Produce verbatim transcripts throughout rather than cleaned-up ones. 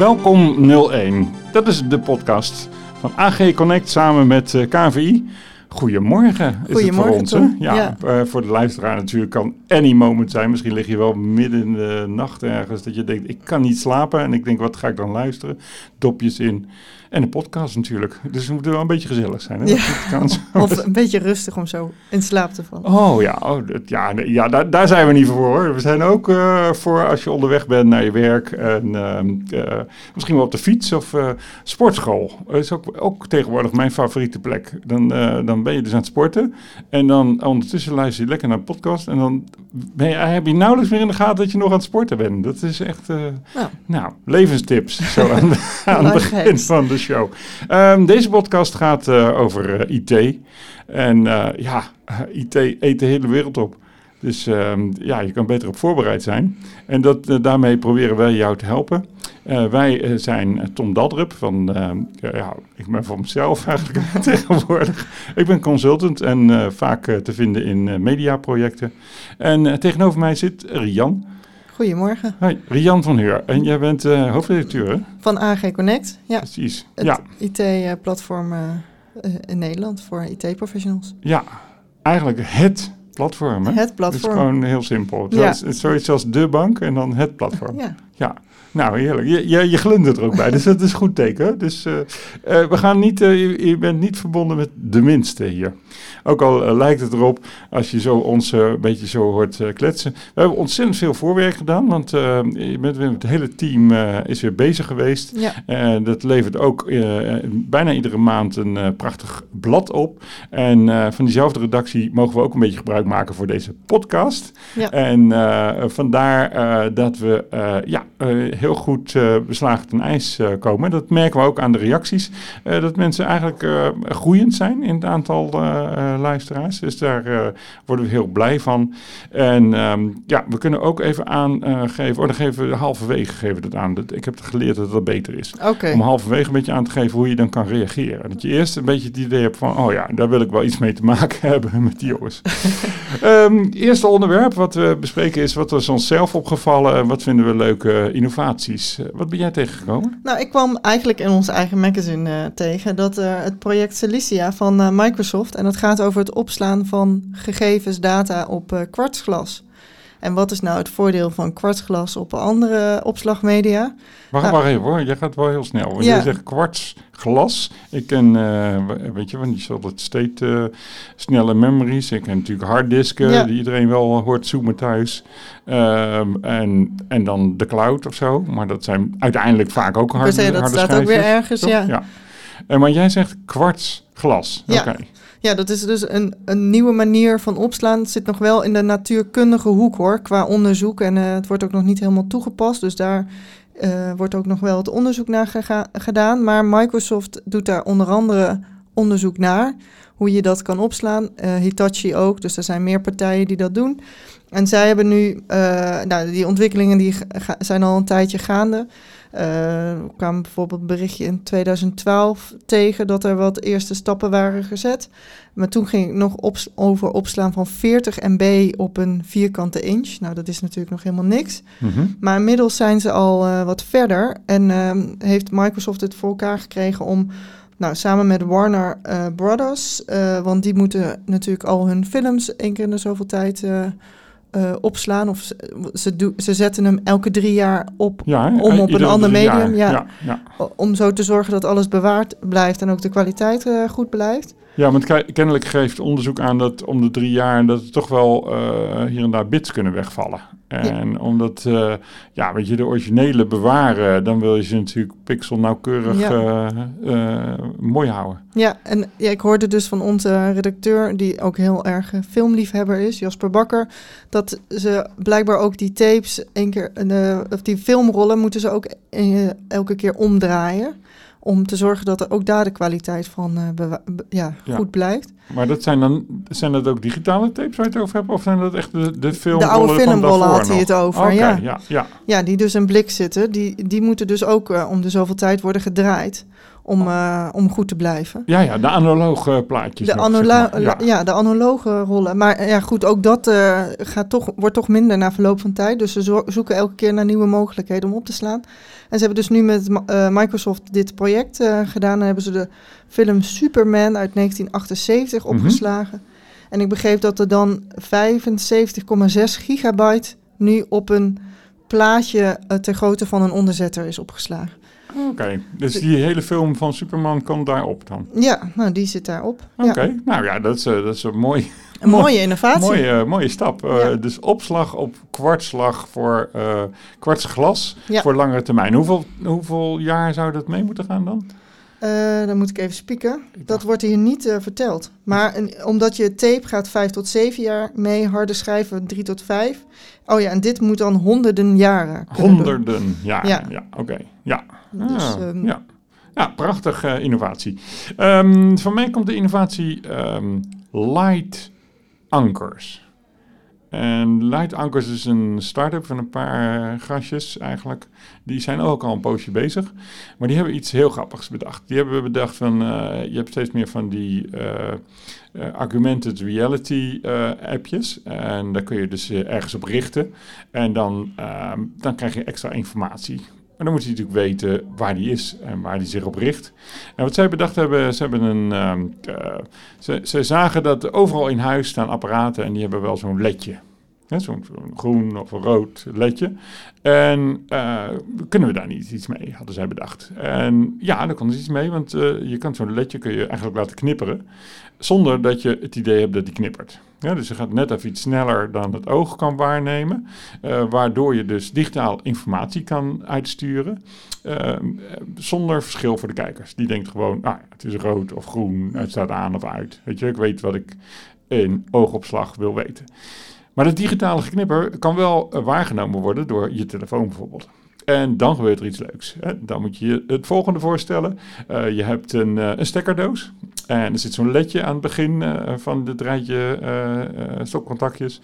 Welkom nul één. Dat is de podcast van A G Connect samen met uh, K N V I. Goedemorgen is Goedemorgen, het voor ons. Hè? Ja, ja. Uh, voor de luisteraar natuurlijk kan any moment zijn. Misschien lig je wel midden in de nacht ergens dat je denkt, ik kan niet slapen. En ik denk, wat ga ik dan luisteren? Dopjes in. En een podcast natuurlijk. Dus het moet wel een beetje gezellig zijn. Hè? Ja. Of een beetje rustig om zo in slaap te vallen. Oh ja, oh, dat, ja, ja daar, daar zijn we niet voor hoor. We zijn ook uh, voor als je onderweg bent naar je werk. En uh, uh, misschien wel op de fiets of uh, sportschool. Dat is ook, ook tegenwoordig mijn favoriete plek. Dan, uh, dan ben je dus aan het sporten. En dan ondertussen luister je lekker naar een podcast. En dan ben je, heb je nauwelijks meer in de gaten dat je nog aan het sporten bent. Dat is echt, uh, nou. nou, levenstips. Zo aan, de, aan het begin van de show. Um, deze podcast gaat uh, over uh, I T. En uh, ja, I T eet de hele wereld op. Dus um, ja, je kan beter op voorbereid zijn. En dat, uh, daarmee proberen wij jou te helpen. Uh, wij uh, zijn uh, Tom Dadrup van, uh, uh, ja, ik ben van mezelf eigenlijk tegenwoordig. Ik ben consultant en uh, vaak uh, te vinden in uh, mediaprojecten. En uh, tegenover mij zit Rian. Goedemorgen. Hoi, Rian van Heur. En jij bent uh, hoofdredacteur, hè? Van A G Connect, ja. Precies. Het ja. I T-platform uh, uh, in Nederland voor I T-professionals. Ja, eigenlijk het platform, hè? Het platform. Het is gewoon heel simpel. Ja. Zoals, zoiets als de bank en dan het platform. Ja. Ja. Nou, heerlijk. Je, je, je glundert er ook bij, dus dat is een goed teken. Dus uh, uh, we gaan niet, uh, je, je bent niet verbonden met de minste hier. Ook al uh, lijkt het erop, als je zo ons uh, een beetje zo hoort uh, kletsen. We hebben ontzettend veel voorwerk gedaan, want uh, je bent, het hele team uh, is weer bezig geweest. Ja. Uh, dat levert ook uh, bijna iedere maand een uh, prachtig blad op. En uh, van diezelfde redactie mogen we ook een beetje gebruik maken voor deze podcast. Ja. En uh, vandaar uh, dat we uh, ja, uh, heel goed uh, beslagen ten ijs uh, komen. Dat merken we ook aan de reacties. Uh, dat mensen eigenlijk uh, groeiend zijn in het aantal uh, uh, luisteraars. Dus daar uh, worden we heel blij van. En um, ja, we kunnen ook even aangeven. Uh, oh, dan geven we halverwege geven we dat aan. Dat, ik heb geleerd dat dat beter is. Okay. Om halverwege een beetje aan te geven hoe je dan kan reageren. Dat je eerst een beetje het idee hebt van, oh ja, daar wil ik wel iets mee te maken hebben met die jongens. um, eerste onderwerp wat we bespreken is, wat is ons zelf opgevallen en wat vinden we leuke innovaties. Uh, wat ben jij tegengekomen? Nou, ik kwam eigenlijk in ons eigen magazine uh, tegen dat uh, het project Cilicia van uh, Microsoft, en dat gaat over het opslaan van gegevens, data op uh, kwartsglas. En wat is nou het voordeel van kwartsglas op andere opslagmedia? Wacht nou, maar even hoor, jij gaat wel heel snel. Want ja. je zegt kwartsglas. Ik ken, uh, weet je, van die solid state uh, snelle memories. Ik ken natuurlijk harddisken, ja. die iedereen wel hoort zoomen thuis. Um, en, en dan de cloud of zo. Maar dat zijn uiteindelijk vaak ook harde schijfjes. Dat staat ook weer ergens, toch? ja. ja. Uh, maar jij zegt kwartsglas. Ja. Oké. Okay. Ja, dat is dus een, een nieuwe manier van opslaan. Het zit nog wel in de natuurkundige hoek hoor, qua onderzoek. En uh, het wordt ook nog niet helemaal toegepast. Dus daar uh, wordt ook nog wel het onderzoek naar gega- gedaan. Maar Microsoft doet daar onder andere onderzoek naar. Hoe je dat kan opslaan. Uh, Hitachi ook, dus er zijn meer partijen die dat doen. En zij hebben nu, uh, nou, die ontwikkelingen die ga- zijn al een tijdje gaande. Uh, er kwam bijvoorbeeld een berichtje in tweeduizend twaalf tegen dat er wat eerste stappen waren gezet. Maar toen ging het nog op, over opslaan van veertig megabyte op een vierkante inch. Nou, dat is natuurlijk nog helemaal niks. Mm-hmm. Maar inmiddels zijn ze al uh, wat verder. En uh, heeft Microsoft het voor elkaar gekregen om, nou, samen met Warner uh, Brothers, uh, want die moeten natuurlijk al hun films één keer in de zoveel tijd Uh, Uh, opslaan of ze, ze, do, ze zetten hem elke drie jaar op ja, om op een ander medium, ja, ja, ja. om zo te zorgen dat alles bewaard blijft en ook de kwaliteit uh, goed blijft. Ja, want kennelijk geeft onderzoek aan dat om de drie jaar dat er toch wel uh, hier en daar bits kunnen wegvallen. En ja. omdat, uh, ja, weet je, de originele bewaren, dan wil je ze natuurlijk pixel nauwkeurig ja. uh, uh, mooi houden. Ja, en ja, ik hoorde dus van onze redacteur, die ook heel erg filmliefhebber is, Jasper Bakker, dat ze blijkbaar ook die tapes, één keer, uh, of die filmrollen moeten ze ook uh, elke keer omdraaien. Om te zorgen dat er ook daar de kwaliteit van uh, bewa- be- ja, ja. goed blijft. Maar dat zijn dan zijn dat ook digitale tapes waar je het over hebt? Of zijn dat echt de, de filmrollen? De oude filmrollen had hij het over, okay, ja. ja, ja. Ja, die dus in blik zitten. Die, die moeten dus ook uh, om de zoveel tijd worden gedraaid. om, uh, om goed te blijven. Ja, ja, de analoge plaatjes. De, nog, anola- zeg maar. ja. ja, de analoge rollen. Maar ja, goed, ook dat uh, gaat toch, wordt toch minder na verloop van tijd. Dus ze zo- zoeken elke keer naar nieuwe mogelijkheden om op te slaan. En ze hebben dus nu met uh, Microsoft dit project uh, gedaan. En hebben ze de film Superman uit negentien achtenzeventig Mm-hmm. opgeslagen. En ik begreep dat er dan vijfenzeventig komma zes gigabyte nu op een plaatje uh, ter grootte van een onderzetter is opgeslagen. Oké, okay. Dus die hele film van Superman kan daarop dan? Ja, nou die zit daarop. Oké, okay. Ja. Nou ja, dat is, uh, dat is een mooi... Een mooie innovatie. Mooie, uh, mooie stap. Uh, Ja. Dus opslag op kwartslag voor uh, kwartsglas Ja. voor langere termijn. Hoeveel, hoeveel jaar zou dat mee moeten gaan dan? Uh, dan moet ik even spieken. Dat wordt hier niet uh, verteld. Maar een, omdat je tape gaat vijf tot zeven jaar mee, harde schijven drie tot vijf. Oh ja, en dit moet dan honderden jaren kunnen Honderden jaren, ja. ja Oké, okay. ja. Dus, ah, um, ja. Ja, prachtig uh, innovatie. Um, van mij komt de innovatie um, Light Anchors. En Light Anchors is een start-up van een paar uh, gastjes eigenlijk. Die zijn ook al een poosje bezig. Maar die hebben iets heel grappigs bedacht. Die hebben bedacht van, uh, je hebt steeds meer van die uh, uh, augmented reality uh, appjes. En daar kun je dus uh, ergens op richten. En dan, uh, dan krijg je extra informatie. Maar dan moet je natuurlijk weten waar die is en waar die zich op richt. En wat zij bedacht hebben, ze hebben een... Um, uh, ze, ze zagen dat overal in huis staan apparaten en die hebben wel zo'n ledje. Ja, zo'n, zo'n groen of een rood ledje. En uh, kunnen we daar niet iets mee, hadden zij bedacht. En ja, daar kon dus iets mee, want uh, je kan zo'n ledje kun je eigenlijk laten knipperen, zonder dat je het idee hebt dat die knippert. Ja, dus je gaat net even iets sneller dan het oog kan waarnemen, uh, waardoor je dus digitaal informatie kan uitsturen, uh, zonder verschil voor de kijkers. Die denkt gewoon, ah, het is rood of groen, het staat aan of uit. Weet je, ik weet wat ik in oogopslag wil weten. Maar dat digitale geknipper kan wel uh, waargenomen worden door je telefoon bijvoorbeeld. En dan gebeurt er iets leuks. Hè. Dan moet je je het volgende voorstellen. Uh, je hebt een, uh, een stekkerdoos. En er zit zo'n ledje aan het begin uh, van dit rijtje uh, uh, stopcontactjes.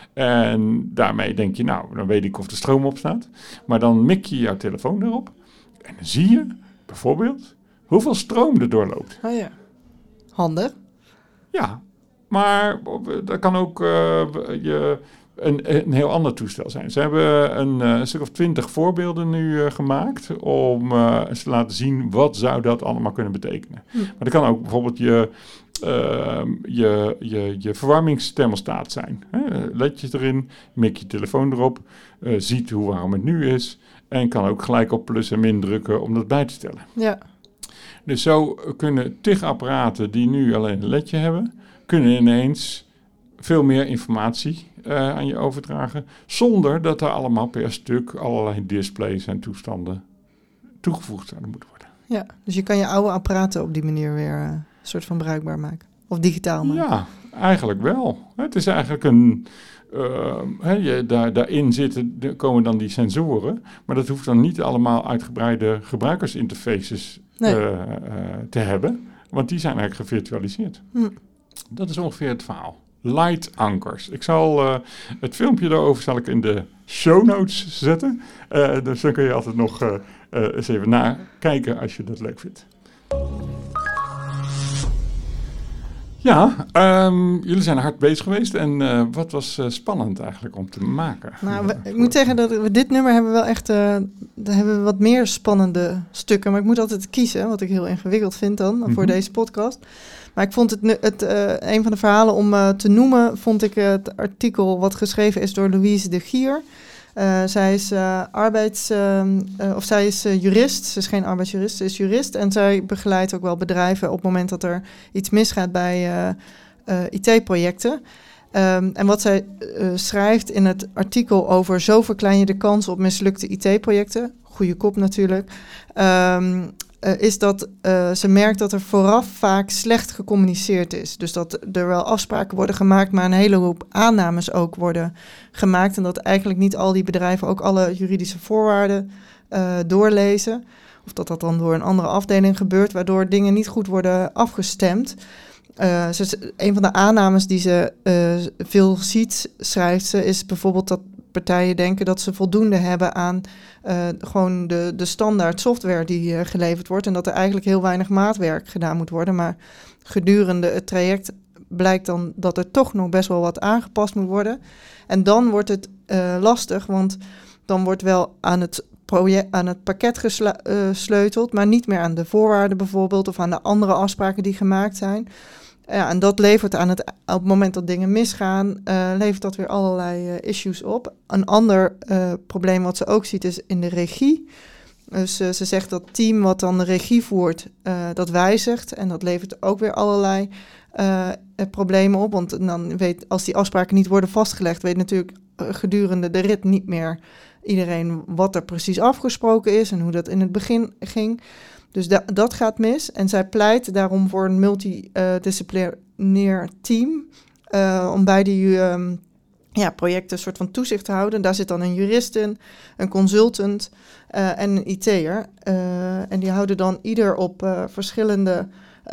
En daarmee denk je, nou, dan weet ik of de stroom op staat. Maar dan mik je jouw telefoon erop. En dan zie je bijvoorbeeld hoeveel stroom er doorloopt. Oh ja. Handig. Ja, maar dat kan ook uh, je, een, een heel ander toestel zijn. Ze hebben een, een stuk of twintig voorbeelden nu uh, gemaakt om uh, eens te laten zien wat zou dat allemaal kunnen betekenen. Hm. Maar dat kan ook bijvoorbeeld je, uh, je, je, je verwarmingsthermostaat zijn. Hè? Let je erin, mik je telefoon erop, uh, ziet hoe warm het nu is en kan ook gelijk op plus en min drukken om dat bij te stellen. Ja. Dus zo kunnen tig apparaten die nu alleen een ledje hebben, kunnen ineens veel meer informatie uh, aan je overdragen, zonder dat er allemaal per stuk allerlei displays en toestanden toegevoegd zouden moeten worden. Ja, dus je kan je oude apparaten op die manier weer uh, een soort van bruikbaar maken. Of digitaal maken. Ja, eigenlijk wel. Het is eigenlijk een... Uh, he, je, daar, daarin zitten, komen dan die sensoren, maar dat hoeft dan niet allemaal uitgebreide gebruikersinterfaces nee. uh, uh, te hebben, want die zijn eigenlijk gevirtualiseerd. Hm. Dat is ongeveer het verhaal. Light Anchors. Ik zal uh, het filmpje daarover zal ik in de show notes zetten. Uh, dus dan kun je altijd nog uh, uh, eens even nakijken als je dat leuk vindt. Ja, um, jullie zijn hard bezig geweest. En uh, wat was uh, spannend eigenlijk om te maken? Nou, we, ik moet zeggen dat we dit nummer hebben wel echt... Uh, daar hebben we wat meer spannende stukken. Maar ik moet altijd kiezen, wat ik heel ingewikkeld vind dan, mm-hmm. voor deze podcast. Maar ik vond het, het uh, een van de verhalen om uh, te noemen, vond ik uh, het artikel wat geschreven is door Louise de Gier. Uh, zij is uh, arbeids, uh, uh, of zij is uh, jurist. Ze is geen arbeidsjurist, ze is jurist. En zij begeleidt ook wel bedrijven op het moment dat er iets misgaat bij uh, uh, I T-projecten. Um, en wat zij uh, schrijft in het artikel over zo verklein je de kans op mislukte I T-projecten, goede kop natuurlijk, um, uh, is dat uh, ze merkt dat er vooraf vaak slecht gecommuniceerd is. Dus dat er wel afspraken worden gemaakt, maar een hele hoop aannames ook worden gemaakt. En dat eigenlijk niet al die bedrijven ook alle juridische voorwaarden uh, doorlezen. Of dat dat dan door een andere afdeling gebeurt, waardoor dingen niet goed worden afgestemd. Uh, ze, een van de aannames die ze uh, veel ziet, schrijft ze, is bijvoorbeeld dat partijen denken dat ze voldoende hebben aan uh, gewoon de, de standaard software die uh, geleverd wordt. En dat er eigenlijk heel weinig maatwerk gedaan moet worden. Maar gedurende het traject blijkt dan dat er toch nog best wel wat aangepast moet worden. En dan wordt het uh, lastig, want dan wordt wel aan het project, aan het pakket gesleuteld, maar niet meer aan de voorwaarden bijvoorbeeld of aan de andere afspraken die gemaakt zijn. Ja, en dat levert aan het, op het moment dat dingen misgaan, uh, levert dat weer allerlei uh, issues op. Een ander uh, probleem wat ze ook ziet is in de regie. Dus uh, ze zegt dat team wat dan de regie voert, uh, dat wijzigt. En dat levert ook weer allerlei uh, problemen op. Want dan weet, als die afspraken niet worden vastgelegd, weet natuurlijk uh, gedurende de rit niet meer iedereen wat er precies afgesproken is en hoe dat in het begin ging. Dus da- dat gaat mis. En zij pleit daarom voor een multidisciplinair team uh, om bij die um, ja, projecten een soort van toezicht te houden. Daar zit dan een jurist in, een consultant uh, en een I T'er. Uh, en die houden dan ieder op uh, verschillende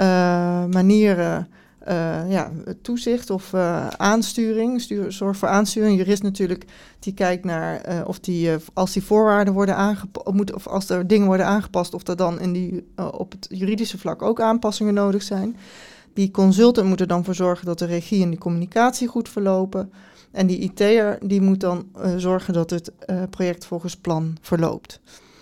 uh, manieren uh, ja, toezicht of uh, aansturing. Stuur, zorg voor aansturing. Een jurist natuurlijk, die kijkt naar uh, of die, uh, als die voorwaarden worden aangepast, of als er dingen worden aangepast, of er dan in die, uh, op het juridische vlak ook aanpassingen nodig zijn. Die consultant moet er dan voor zorgen dat de regie en de communicatie goed verlopen. En die I T'er die moet dan uh, zorgen dat het uh, project volgens plan verloopt.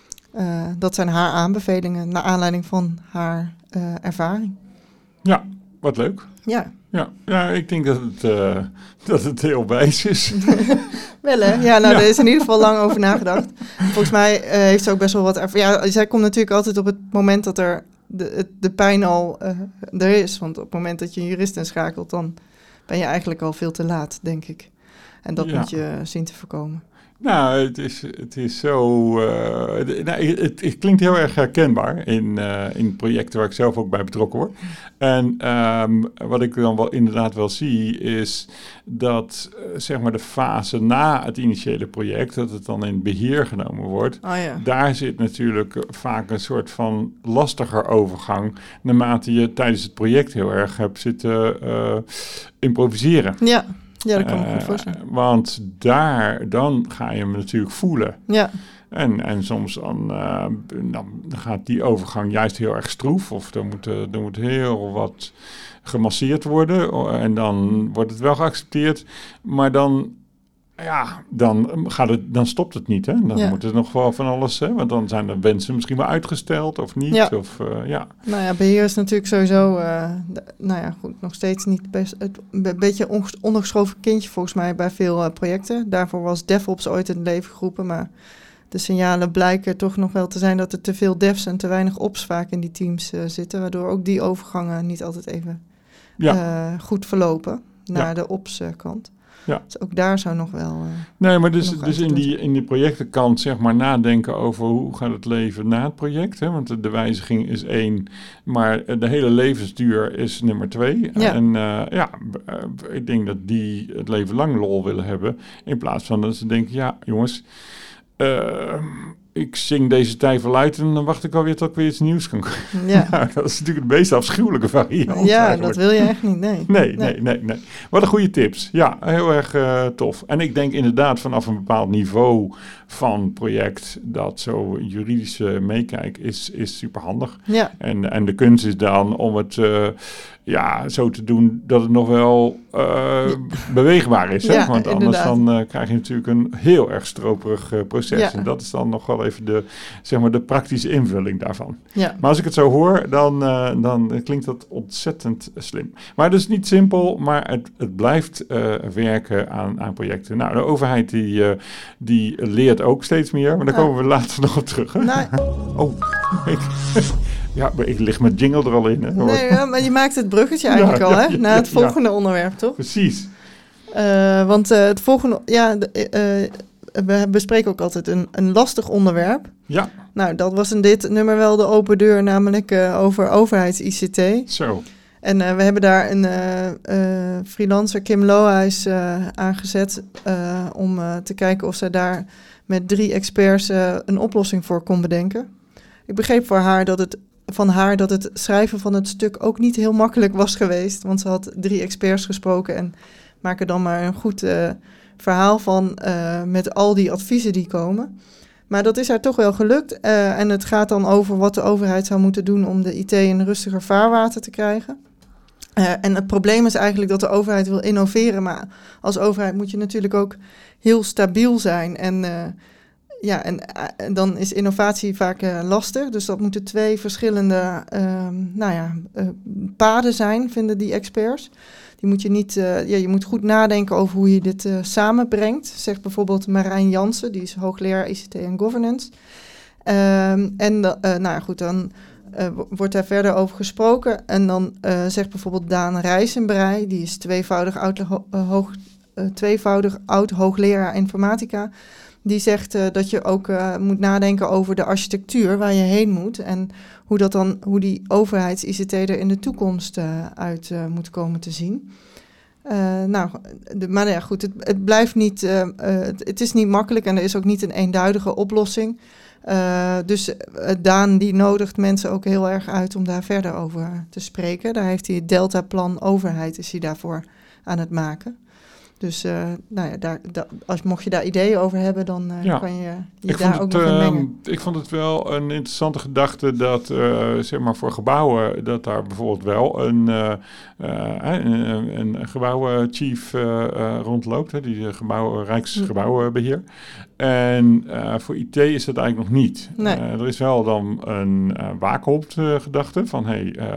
Uh, dat zijn haar aanbevelingen naar aanleiding van haar uh, ervaring. Ja, wat leuk. Ja. Ja, ja, ik denk dat het, uh, dat het heel wijs is. Wel hè? Ja, nou, Ja. er is in ieder geval lang over nagedacht. Volgens mij uh, heeft ze ook best wel wat ervaring. Ja, zij komt natuurlijk altijd op het moment dat er de, de pijn al uh, er is. Want op het moment dat je een jurist inschakelt, dan ben je eigenlijk al veel te laat, denk ik. En dat Ja. moet je zien te voorkomen. Nou, het is, het is zo... Uh, het, nou, het, het klinkt heel erg herkenbaar in, uh, in projecten waar ik zelf ook bij betrokken word. En um, wat ik dan wel inderdaad wel zie is dat uh, zeg maar de fase na het initiële project, dat het dan in beheer genomen wordt, Oh ja. daar zit natuurlijk vaak een soort van lastiger overgang, naarmate je tijdens het project heel erg hebt zitten uh, improviseren. Ja. Ja, dat kan ik me Uh, goed voorstellen. Want daar, dan ga je hem natuurlijk voelen. Ja, En, en soms dan, uh, dan gaat die overgang juist heel erg stroef. Of er moet, uh, er moet heel wat gemasseerd worden. En dan wordt het wel geaccepteerd. Maar dan, ja, dan, gaat het, dan stopt het niet. Hè? Dan Ja. moet er nog wel van alles. Hè? Want dan zijn de wensen misschien wel uitgesteld of niet. Ja. Of, uh, ja. nou ja, beheer is natuurlijk sowieso, uh, de, nou ja, goed, nog steeds niet best, het, een beetje een ondergeschoven kindje volgens mij bij veel uh, projecten. Daarvoor was DevOps ooit in het leven geroepen, maar de signalen blijken toch nog wel te zijn dat er te veel devs en te weinig ops vaak in die teams uh, zitten, waardoor ook die overgangen niet altijd even Ja. uh, goed verlopen naar Ja. de ops uh, kant. Ja. Dus ook daar zou nog wel... Uh, Nee, maar dus, nog dus uit te in, doen die, zijn. in die projectenkant zeg maar nadenken over hoe gaat het leven na het project. Hè? Want de, de wijziging is één, maar de hele levensduur is nummer twee. Ja. En uh, ja, uh, ik denk dat die het leven lang lol willen hebben. In plaats van dat ze denken, ja jongens, uh, ik zing deze tijd wel uit en dan wacht ik alweer tot ik weer iets nieuws kan komen. ja, Nou, dat is natuurlijk de meest afschuwelijke variant. ja eigenlijk. dat wil je echt niet, nee. Nee, nee, nee, nee. Wat een goede tips. Ja, heel erg uh, tof. En ik denk inderdaad vanaf een bepaald niveau van project dat zo juridische meekijk is, is superhandig. Ja, En, en de kunst is dan om het uh, ja, zo te doen dat het nog wel uh, beweegbaar is. Hè? Ja, Want anders inderdaad. dan uh, krijg je natuurlijk een heel erg stroperig uh, proces. Ja. En dat is dan nog wel even de, zeg maar, de praktische invulling daarvan. ja. Maar als ik het zo hoor, dan, uh, dan klinkt dat ontzettend slim. Maar het is niet simpel, maar het, het blijft uh, werken aan, aan projecten. Nou, de overheid die, uh, die leert ook steeds meer, maar daar Ja. komen we later nog op terug. Hè? Nou, Oh, ik, ja, maar ik lig met jingle er al in. Hè? nee, ja, maar je maakt het bruggetje eigenlijk Ja, al, hè? ja, Naar het ja. volgende onderwerp, toch? Precies. Uh, want uh, het volgende... Ja, de, uh, we bespreken ook altijd een, een lastig onderwerp. Ja, Nou, dat was in dit nummer wel de open deur, namelijk uh, over overheids-I C T. zo. En uh, we hebben daar een uh, uh, freelancer, Kim Lohuis, uh, aangezet uh, om uh, te kijken of zij daar met drie experts uh, een oplossing voor kon bedenken. Ik begreep voor haar dat het, van haar dat het schrijven van het stuk ook niet heel makkelijk was geweest, want ze had drie experts gesproken en maken dan maar een goed uh, verhaal van uh, met al die adviezen die komen. Maar dat is haar toch wel gelukt. Uh, en het gaat dan over wat de overheid zou moeten doen om de I T in rustiger vaarwater te krijgen. Uh, en het probleem is eigenlijk dat de overheid wil innoveren. Maar als overheid moet je natuurlijk ook heel stabiel zijn. En, uh, ja, en, uh, en dan is innovatie vaak uh, lastig. Dus dat moeten twee verschillende uh, nou ja, uh, paden zijn, vinden die experts. Die moet je, niet, uh, ja, je moet goed nadenken over hoe je dit uh, samenbrengt. Zegt bijvoorbeeld Marijn Jansen, die is hoogleraar I C T en governance. Um, en uh, nou ja, goed, dan uh, wordt daar verder over gesproken. En dan uh, zegt bijvoorbeeld Daan Rijsenbrei, die is tweevoudig oud, uh, hoog, uh, tweevoudig oud hoogleraar informatica. Die zegt uh, dat je ook uh, moet nadenken over de architectuur waar je heen moet. En hoe, dat dan, hoe die overheids-I C T er in de toekomst uh, uit uh, moet komen te zien. Uh, nou, de, maar ja, goed, het, het blijft niet, uh, uh, het, het is niet makkelijk en er is ook niet een eenduidige oplossing. Uh, dus uh, Daan die nodigt mensen ook heel erg uit om daar verder over te spreken. Daar heeft hij het Deltaplan overheid, is hij daarvoor aan het maken. Dus uh, nou ja, daar, da, als, mocht je daar ideeën over hebben, dan uh, ja. kan je je ik daar ook het, nog in mengen. Uh, ik vond het wel een interessante gedachte dat, uh, zeg maar voor gebouwen, dat daar bijvoorbeeld wel een, uh, uh, een, een gebouwenchief uh, uh, rondloopt, hè, die gebouw, Rijksgebouwenbeheer. En uh, voor I T is dat eigenlijk nog niet. Nee. Uh, er is wel dan een uh, waakhoofdgedachte van, hey, uh,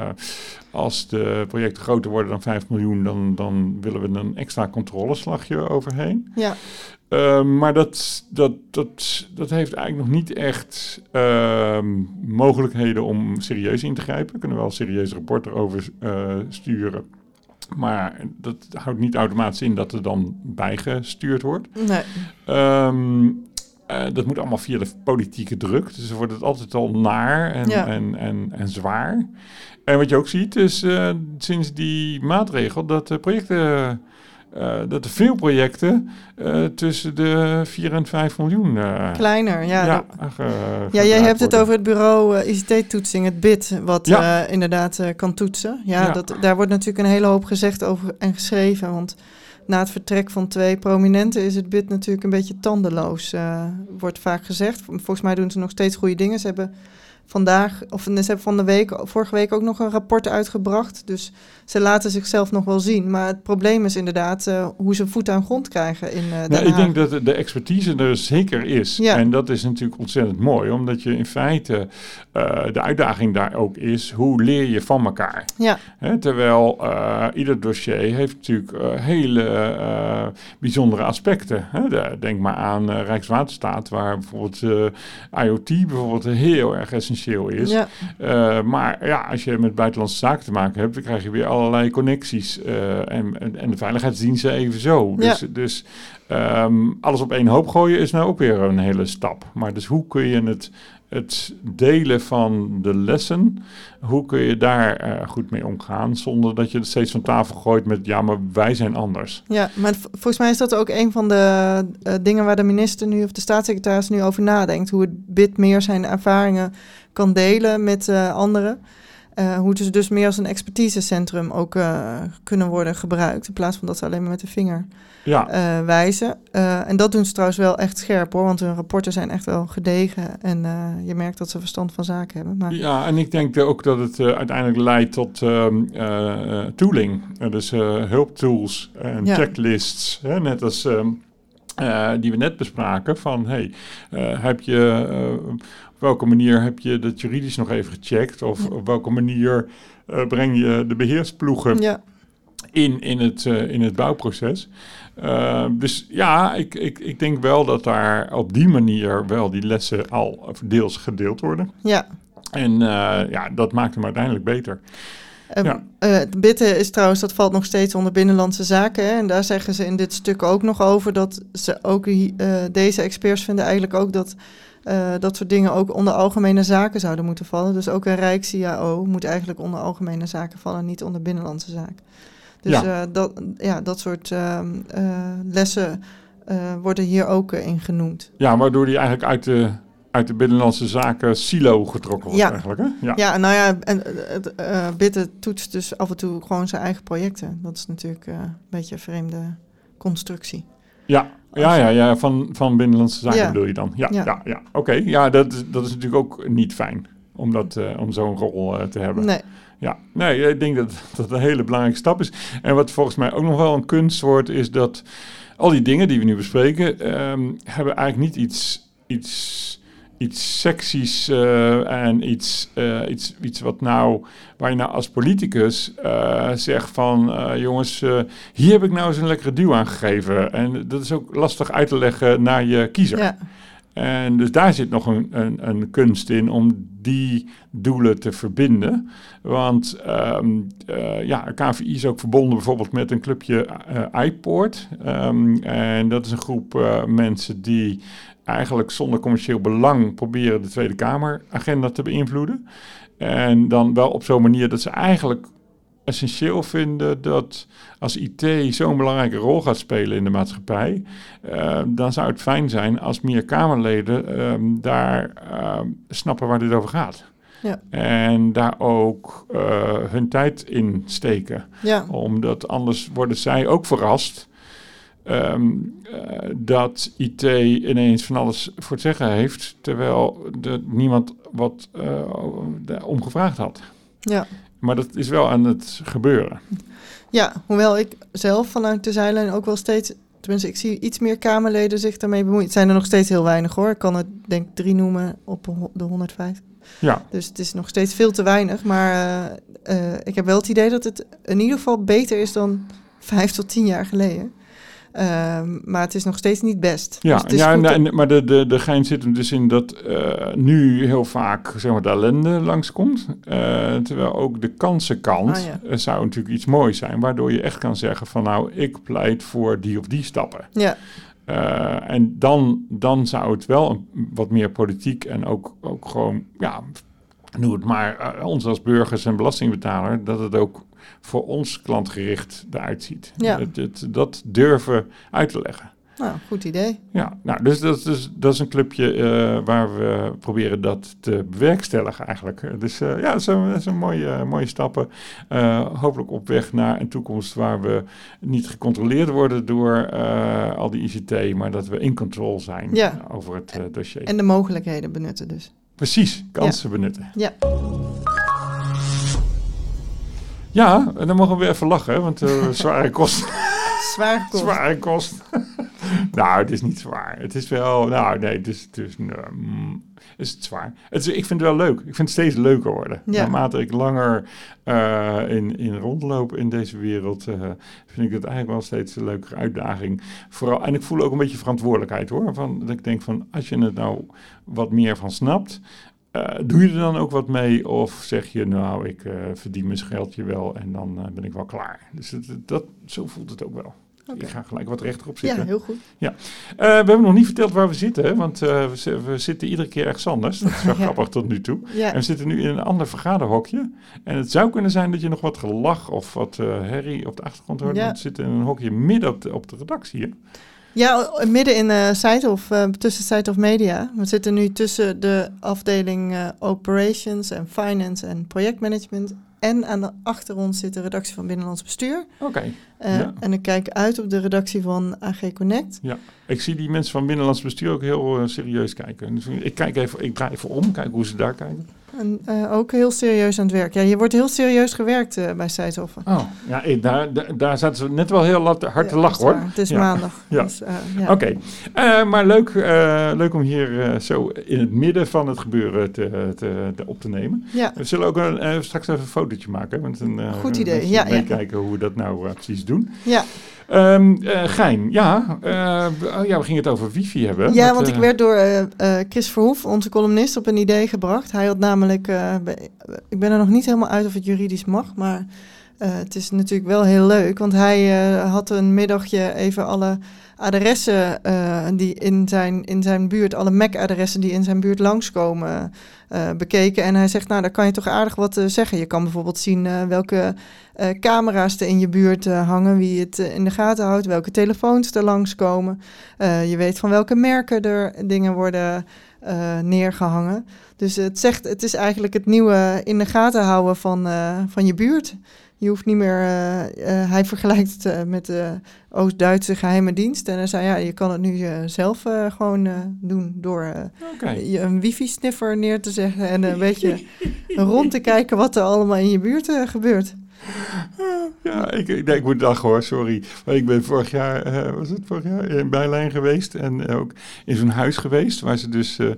als de projecten groter worden dan vijf miljoen, dan, dan willen we een extra controleslagje overheen. Ja. Uh, maar dat, dat, dat, dat heeft eigenlijk nog niet echt uh, mogelijkheden om serieus in te grijpen. We kunnen wel een serieus rapport erover uh, sturen. Maar dat houdt niet automatisch in dat er dan bijgestuurd wordt. Nee. Um, uh, dat moet allemaal via de politieke druk. Dus dan wordt het altijd al naar en, ja. en, en, en zwaar. En wat je ook ziet is uh, sinds die maatregel dat de projecten... Uh, dat er veel projecten uh, tussen de vier en vijf miljoen... Uh, Kleiner, ja. Ja, uh, ja jij hebt worden. het over het bureau uh, I C T-toetsing, het B I T, wat ja. uh, inderdaad uh, kan toetsen. Ja, ja. Dat, daar wordt natuurlijk een hele hoop gezegd over en geschreven, want na het vertrek van twee prominenten is het B I T natuurlijk een beetje tandeloos, uh, wordt vaak gezegd. Volgens mij doen ze nog steeds goede dingen. Ze hebben... Vandaag, of ze hebben van de week, vorige week ook nog een rapport uitgebracht. Dus ze laten zichzelf nog wel zien. Maar het probleem is inderdaad uh, hoe ze voet aan grond krijgen in uh, Den nou, Haag. Ik denk dat de expertise er zeker is. Ja. En dat is natuurlijk ontzettend mooi. Omdat je in feite, uh, de uitdaging daar ook is, hoe leer je van elkaar? Ja. He, terwijl uh, ieder dossier heeft natuurlijk uh, hele uh, bijzondere aspecten. He, de, denk maar aan uh, Rijkswaterstaat, waar bijvoorbeeld uh, I O T bijvoorbeeld heel erg essentieel is. Ja. Uh, maar ja, als je met buitenlandse zaken te maken hebt, dan krijg je weer allerlei connecties. Uh, en, en de veiligheidsdiensten evenzo. Dus, ja. dus um, alles op één hoop gooien is nou ook weer een hele stap. Maar dus hoe kun je het, het delen van de lessen, hoe kun je daar uh, goed mee omgaan, zonder dat je het steeds van tafel gooit met, ja, maar wij zijn anders. Ja, maar v- volgens mij is dat ook een van de uh, dingen waar de minister nu, of de staatssecretaris nu over nadenkt. Hoe het B I T meer zijn ervaringen kan delen met uh, anderen. Uh, hoe ze dus meer als een expertisecentrum ook uh, kunnen worden gebruikt, in plaats van dat ze alleen maar met de vinger ja. uh, wijzen. Uh, en dat doen ze trouwens wel echt scherp, hoor, want hun rapporten zijn echt wel gedegen en uh, je merkt dat ze verstand van zaken hebben. Maar... Ja, en ik denk ook dat het uh, uiteindelijk leidt tot uh, uh, tooling. Uh, dus uh, hulptools en ja. checklists, hè, net als... Uh, Uh, die we net bespraken, van hey, uh, heb je, uh, op welke manier heb je dat juridisch nog even gecheckt? Of ja. op welke manier uh, breng je de beheersploegen ja. in, in, het, uh, in het bouwproces? Uh, dus ja, ik, ik, ik denk wel dat daar op die manier wel die lessen al deels gedeeld worden. Ja. En uh, ja, dat maakt hem uiteindelijk beter. Uh, ja. uh, het B I T is trouwens, dat valt nog steeds onder Binnenlandse Zaken. Hè? En daar zeggen ze in dit stuk ook nog over dat ze ook uh, deze experts vinden eigenlijk ook dat uh, dat soort dingen ook onder algemene zaken zouden moeten vallen. Dus ook een Rijks C A O moet eigenlijk onder algemene zaken vallen, niet onder Binnenlandse Zaken. Dus ja. Uh, dat, ja, dat soort uh, uh, lessen uh, worden hier ook uh, in genoemd. Ja, waardoor die eigenlijk uit de... uit de Binnenlandse Zaken silo getrokken wordt ja. eigenlijk, hè? Ja. ja, nou ja, en het uh, B I T toetst dus af en toe gewoon zijn eigen projecten. Dat is natuurlijk uh, een beetje een vreemde constructie. Ja, ja, ja, ja van, van Binnenlandse Zaken Ja. bedoel je dan. Ja, ja. Ja. ja, Oké, ja, dat, is- dat is natuurlijk ook niet fijn om, dat, uh, om zo'n rol uh, te hebben. Nee. Ja, nee, ik denk dat dat een hele belangrijke stap is. En wat volgens mij ook nog wel een kunst wordt, is dat al die dingen die we nu bespreken, um, hebben eigenlijk niet iets, iets, iets seksies uh, en iets, uh, iets, iets wat nou, waar je nou als politicus uh, zegt van, uh, jongens, uh, hier heb ik nou eens een lekkere duw aan gegeven. En dat is ook lastig uit te leggen naar je kiezer. Ja. En dus daar zit nog een, een, een kunst in om die doelen te verbinden. Want um, uh, ja, K V I is ook verbonden bijvoorbeeld met een clubje uh, iPort. Um, en dat is een groep uh, mensen die eigenlijk zonder commerciële belang proberen de Tweede Kameragenda te beïnvloeden. En dan wel op zo'n manier dat ze eigenlijk essentieel vinden dat als I T zo'n belangrijke rol gaat spelen in de maatschappij, uh, dan zou het fijn zijn als meer Kamerleden um, daar uh, snappen waar dit over gaat. Ja. En daar ook uh, hun tijd in steken. Ja. Omdat anders worden zij ook verrast um, uh, dat I T ineens van alles voor het zeggen heeft, terwijl de, niemand wat uh, om gevraagd had. Ja. Maar dat is wel aan het gebeuren. Ja, hoewel ik zelf vanuit de zijlijn ook wel steeds, tenminste ik zie iets meer Kamerleden zich daarmee bemoeien. Het zijn er nog steeds heel weinig hoor. Ik kan het denk ik drie noemen op de honderdvijf. Ja. Dus het is nog steeds veel te weinig. Maar uh, uh, ik heb wel het idee dat het in ieder geval beter is dan vijf tot tien jaar geleden. Uh, maar het is nog steeds niet best. Ja, dus het is ja goed en, om... maar de, de, de gein zit hem dus in dat uh, nu heel vaak zeg maar, de ellende langskomt. Uh, terwijl ook de kansenkant ah, ja. uh, zou natuurlijk iets moois zijn. Waardoor je echt kan zeggen van nou, ik pleit voor die of die stappen. Ja. Uh, en dan, dan zou het wel een, wat meer politiek en ook, ook gewoon, ja, noem het maar, uh, ons als burgers en belastingbetaler, dat het ook voor ons klantgericht eruit ziet. Ja. Het, het, dat durven uit te leggen. Nou, goed idee. Ja, nou, dus dat, dus, dat is een clubje uh, waar we proberen dat te bewerkstelligen eigenlijk. Dus uh, ja, dat zijn, dat zijn mooie, mooie stappen. Uh, hopelijk op weg naar een toekomst waar we niet gecontroleerd worden door uh, al die I C T, maar dat we in control zijn ja. over het uh, dossier. En de mogelijkheden benutten dus. Precies, kansen ja. benutten. Ja. Ja, en dan mogen we weer even lachen, want uh, zware kosten. Zware kost. Zware kost. Nou, het is niet zwaar. Het is wel, nou nee, het is, het is, uh, is het zwaar. Het is, ik vind het wel leuk. Ik vind het steeds leuker worden. Ja. Naarmate ik langer uh, in, in rondloop in deze wereld, uh, vind ik het eigenlijk wel steeds een leukere uitdaging. Vooral, en ik voel ook een beetje verantwoordelijkheid hoor. Van, dat ik denk van, als je het nou wat meer van snapt, Uh, doe je er dan ook wat mee of zeg je nou, ik uh, verdien mijn geldje wel en dan uh, ben ik wel klaar. Dus het, dat, zo voelt het ook wel. Okay. Ik ga gelijk wat rechterop zitten. Ja, heel goed. Ja. Uh, we hebben nog niet verteld waar we zitten, want uh, we, we zitten iedere keer ergens anders. Dat is wel ja. grappig tot nu toe. Ja. En we zitten nu in een ander vergaderhokje. En het zou kunnen zijn dat je nog wat gelach of wat uh, herrie op de achtergrond hoort. Ja. Want we zitten in een hokje midden op de, op de redactie. Hè? Ja, midden in uh, site of uh, tussen Site of Media. We zitten nu tussen de afdeling uh, Operations en Finance en Projectmanagement. En aan de achter ons zit de redactie van Binnenlands Bestuur. Oké. Okay. Uh, ja. En ik kijk uit op de redactie van A G Connect. Ja, ik zie die mensen van Binnenlands Bestuur ook heel uh, serieus kijken. Dus ik kijk even, ik draai even om, kijk hoe ze daar kijken. En uh, ook heel serieus aan het werk. Ja, je wordt heel serieus gewerkt uh, bij Sitehoffen. Oh, ja, ik, daar, daar, daar zaten ze net wel heel hard te ja, lachen, hoor. Het is ja. maandag. Ja. Dus, uh, ja. Oké, okay. uh, maar leuk, uh, leuk om hier uh, zo in het midden van het gebeuren te, te, te op te nemen. Ja. We zullen ook een, uh, straks even een fotootje maken. Met een, uh, Goed idee, ja. Meekijken ja. hoe we dat nou uh, precies doen. Ja. Um, uh, Gein, ja, uh, oh ja, we gingen het over wifi hebben. Ja, met, want uh, ik werd door uh, uh, Chris Verhoef, onze columnist, op een idee gebracht. Hij had namelijk, uh, be- ik ben er nog niet helemaal uit of het juridisch mag, maar uh, het is natuurlijk wel heel leuk. Want hij uh, had een middagje even alle adressen uh, die in zijn, in zijn buurt, alle M A C-adressen die in zijn buurt langskomen, uh, bekeken. En hij zegt, nou, daar kan je toch aardig wat uh, zeggen. Je kan bijvoorbeeld zien uh, welke uh, camera's er in je buurt uh, hangen, wie het uh, in de gaten houdt, welke telefoons er langskomen. Uh, je weet van welke merken er dingen worden uh, neergehangen. Dus het zegt, het is eigenlijk het nieuwe in de gaten houden van, uh, van je buurt. Je hoeft niet meer... Uh, uh, hij vergelijkt het uh, met de Oost-Duitse geheime dienst. En hij zei, ja, je kan het nu uh, zelf uh, gewoon uh, doen... door uh, okay. je een wifi-sniffer neer te zetten... en een beetje rond te kijken wat er allemaal in je buurt uh, gebeurt. Ja, ik, ik, nee, ik moet lachen hoor, sorry. Maar ik ben vorig jaar, uh, was het vorig jaar, in Bijlijn geweest en uh, ook in zo'n huis geweest waar ze dus uh, uh,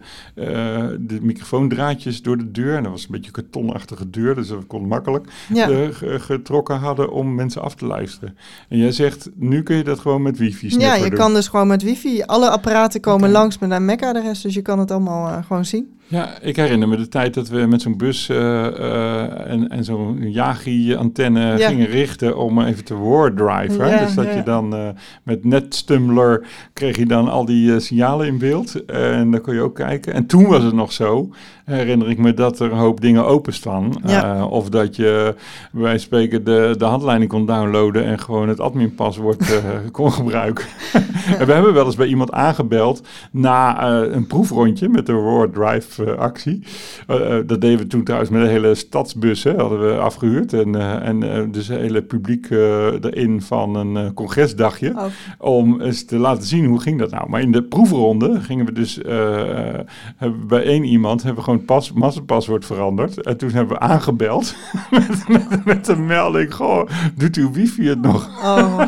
de microfoondraadjes door de deur, en dat was een beetje een kartonachtige deur, dus dat kon makkelijk, ja. uh, getrokken hadden om mensen af te luisteren. En jij zegt, nu kun je dat gewoon met wifi sniffer Ja, je doen. kan dus gewoon met wifi, alle apparaten komen okay. langs met een M A C-adres, dus je kan het allemaal uh, gewoon zien. Ja, ik herinner me de tijd dat we met zo'n bus uh, uh, en, en zo'n Yagi-antenne ja. gingen richten om even te warddriven. Ja, dus dat ja. je dan uh, met NetStumbler kreeg je dan al die uh, signalen in beeld. En dan kon je ook kijken. En toen was het nog zo, herinner ik me, dat er een hoop dingen openstaan. Ja. Uh, of dat je bij wijze van spreken de, de handleiding kon downloaden en gewoon het adminpaswoord uh, kon gebruiken. Ja. En we hebben wel eens bij iemand aangebeld na uh, een proefrondje met de warddrive Uh, actie. Uh, uh, dat deden we toen trouwens met een hele stadsbus, hè, hadden we afgehuurd. En, uh, en uh, dus het hele publiek uh, erin van een uh, congresdagje. Oh. Om eens te laten zien hoe ging dat nou. Maar in de proefronde gingen we dus uh, hebben we bij één iemand hebben we gewoon pas, masterpaswoord veranderd. En toen hebben we aangebeld met, met, met de melding, goh, doet uw wifi het nog? Oh.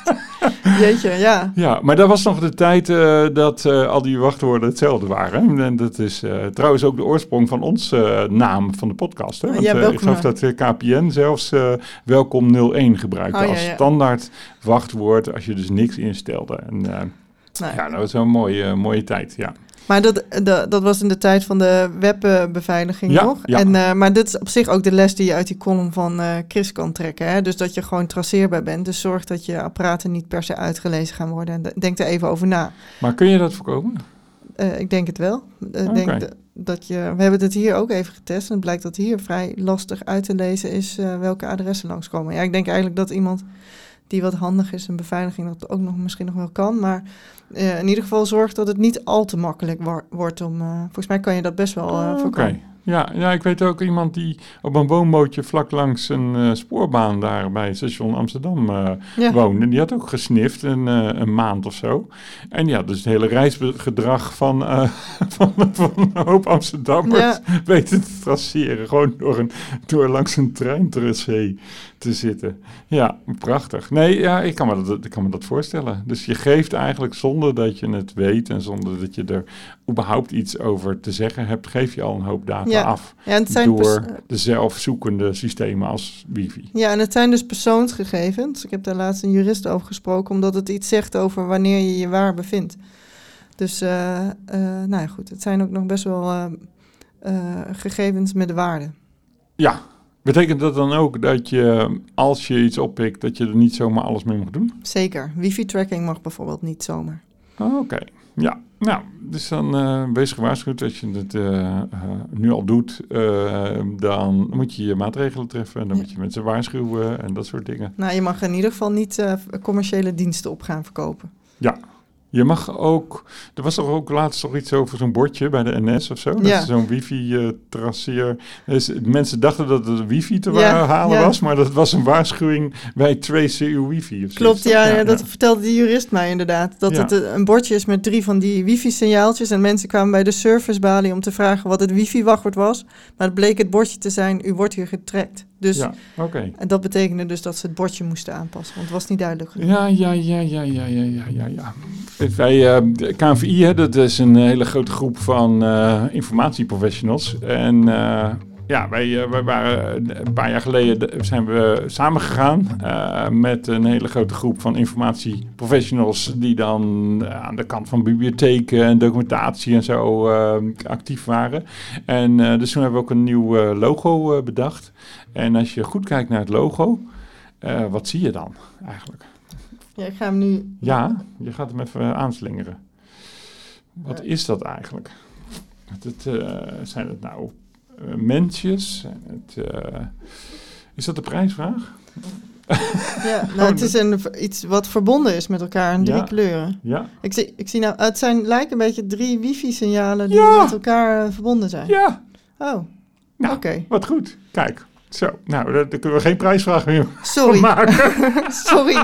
Jeetje, ja. Ja, maar dat was nog de tijd uh, dat uh, al die wachtwoorden hetzelfde waren. En dat is uh, trouwens ook de oorsprong van ons uh, naam van de podcast. Hè? Want ja, uh, ik geloof dat uh, K P N zelfs uh, welkom nul één gebruikte oh, als ja, ja. standaard wachtwoord als je dus niks instelde. En uh, nee. ja, dat was een mooie, uh, mooie tijd, ja. Maar dat, dat, dat was in de tijd van de webbeveiliging ja, nog. Ja. En, uh, maar dit is op zich ook de les die je uit die column van uh, Chris kan trekken. Hè? Dus dat je gewoon traceerbaar bent. Dus zorg dat je apparaten niet per se uitgelezen gaan worden. En de, denk er even over na. Maar kun je dat voorkomen? Uh, ik denk het wel. Uh, okay. denk de, dat je, we hebben het hier ook even getest. En het blijkt dat hier vrij lastig uit te lezen is uh, welke adressen langskomen. Ja, ik denk eigenlijk dat iemand die wat handig is in beveiliging dat ook nog misschien nog wel kan. Maar uh, in ieder geval zorg dat het niet al te makkelijk wa- wordt om... Uh, volgens mij kan je dat best wel uh, uh, voorkomen. Okay. Ja, ja, ik weet ook iemand die op een woonbootje vlak langs een uh, spoorbaan daar bij station Amsterdam uh, ja. woonde. En die had ook gesnift een, uh, een maand of zo. En ja, dus het hele reisgedrag van, uh, van, van een hoop Amsterdammers ja. weten te traceren. Gewoon door, een, door langs een treintracé te zitten. Ja, prachtig. Nee, ja, ik kan, me dat, ik kan me dat voorstellen. Dus je geeft eigenlijk zonder dat je het weet en zonder dat je er überhaupt iets over te zeggen hebt, geef je al een hoop data ja. af. Ja, en het zijn door pers- de zelfzoekende systemen als wifi. Ja, en het zijn dus persoonsgegevens. Ik heb daar laatst een jurist over gesproken, omdat het iets zegt over wanneer je je waar bevindt. Dus, uh, uh, nou ja, goed. Het zijn ook nog best wel uh, uh, gegevens met waarde. Ja. Betekent dat dan ook dat je, als je iets oppikt, dat je er niet zomaar alles mee mag doen? Zeker. Wifi-tracking mag bijvoorbeeld niet zomaar. Oh, Oké, okay. ja. Nou, dus dan uh, wees gewaarschuwd. Als je het uh, uh, nu al doet, uh, dan moet je je maatregelen treffen. En dan ja. moet je mensen waarschuwen en dat soort dingen. Nou, je mag in ieder geval niet uh, commerciële diensten op gaan verkopen. Ja. Je mag ook, er was toch ook laatst nog iets over zo'n bordje bij de N S of zo? Dat ja. zo'n wifi-traceer. Uh, dus mensen dachten dat het wifi te ja, halen ja. was, maar dat was een waarschuwing bij tracen uw wifi. Of Klopt, ja, ja, ja, dat ja. vertelde de jurist mij inderdaad. Dat ja. het een bordje is met drie van die wifi-signaaltjes en mensen kwamen bij de servicebalie om te vragen wat het wifi-wachtwoord was. Maar het bleek het bordje te zijn, u wordt hier getrackt. Dus ja, okay. En dat betekende dus dat ze het bordje moesten aanpassen, want het was niet duidelijk genoeg. Ja, ja, ja, ja, ja, ja, ja, ja, ja. Wij, uh, de K N V I, hè, dat is een hele grote groep van uh, informatieprofessionals. En uh, ja, wij, uh, wij waren een paar jaar geleden zijn we samengegaan uh, met een hele grote groep van informatieprofessionals die dan uh, aan de kant van bibliotheken en documentatie en zo uh, actief waren. En uh, dus toen hebben we ook een nieuw uh, logo uh, bedacht. En als je goed kijkt naar het logo, uh, wat zie je dan eigenlijk? Ja, ik ga hem nu... Ja, je gaat hem even aanslingeren. Wat is dat eigenlijk? Het, uh, zijn het nou uh, mensjes? Het, uh, is dat de prijsvraag? Ja, nou, het is een, iets wat verbonden is met elkaar in drie ja, kleuren. Ja. Ik zie, ik zie nou, het zijn lijken een beetje drie wifi-signalen die ja. met elkaar uh, verbonden zijn. Ja. Oh, nou, oké. Okay. Wat goed. Kijk. Zo, nou, daar, daar kunnen we geen prijsvraag meer Sorry. maken. Sorry.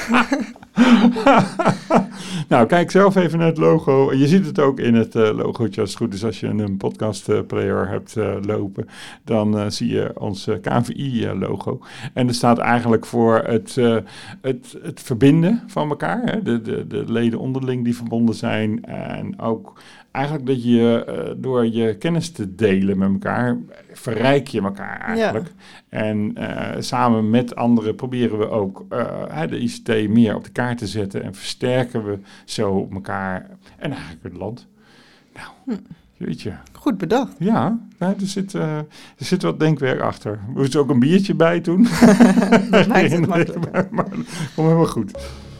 Nou, kijk zelf even naar het logo. Je ziet het ook in het uh, logootje als het goed is. Als je een podcast uh, player hebt uh, lopen, dan uh, zie je ons uh, K N V I-logo. En dat staat eigenlijk voor het, uh, het, het verbinden van elkaar. Hè? De, de, de leden onderling die verbonden zijn. En ook eigenlijk dat je uh, door je kennis te delen met elkaar, verrijk je elkaar eigenlijk. Ja. En uh, samen met anderen proberen we ook uh, de I C T meer op de kaart te zetten en versterken we zo elkaar en eigenlijk het land. Nou, hm. weet je. Goed bedacht. Ja, er zit, uh, er zit wat denkwerk achter. We moeten ook een biertje bij doen. Dat maakt het makkelijker. Maar, maar komt helemaal goed.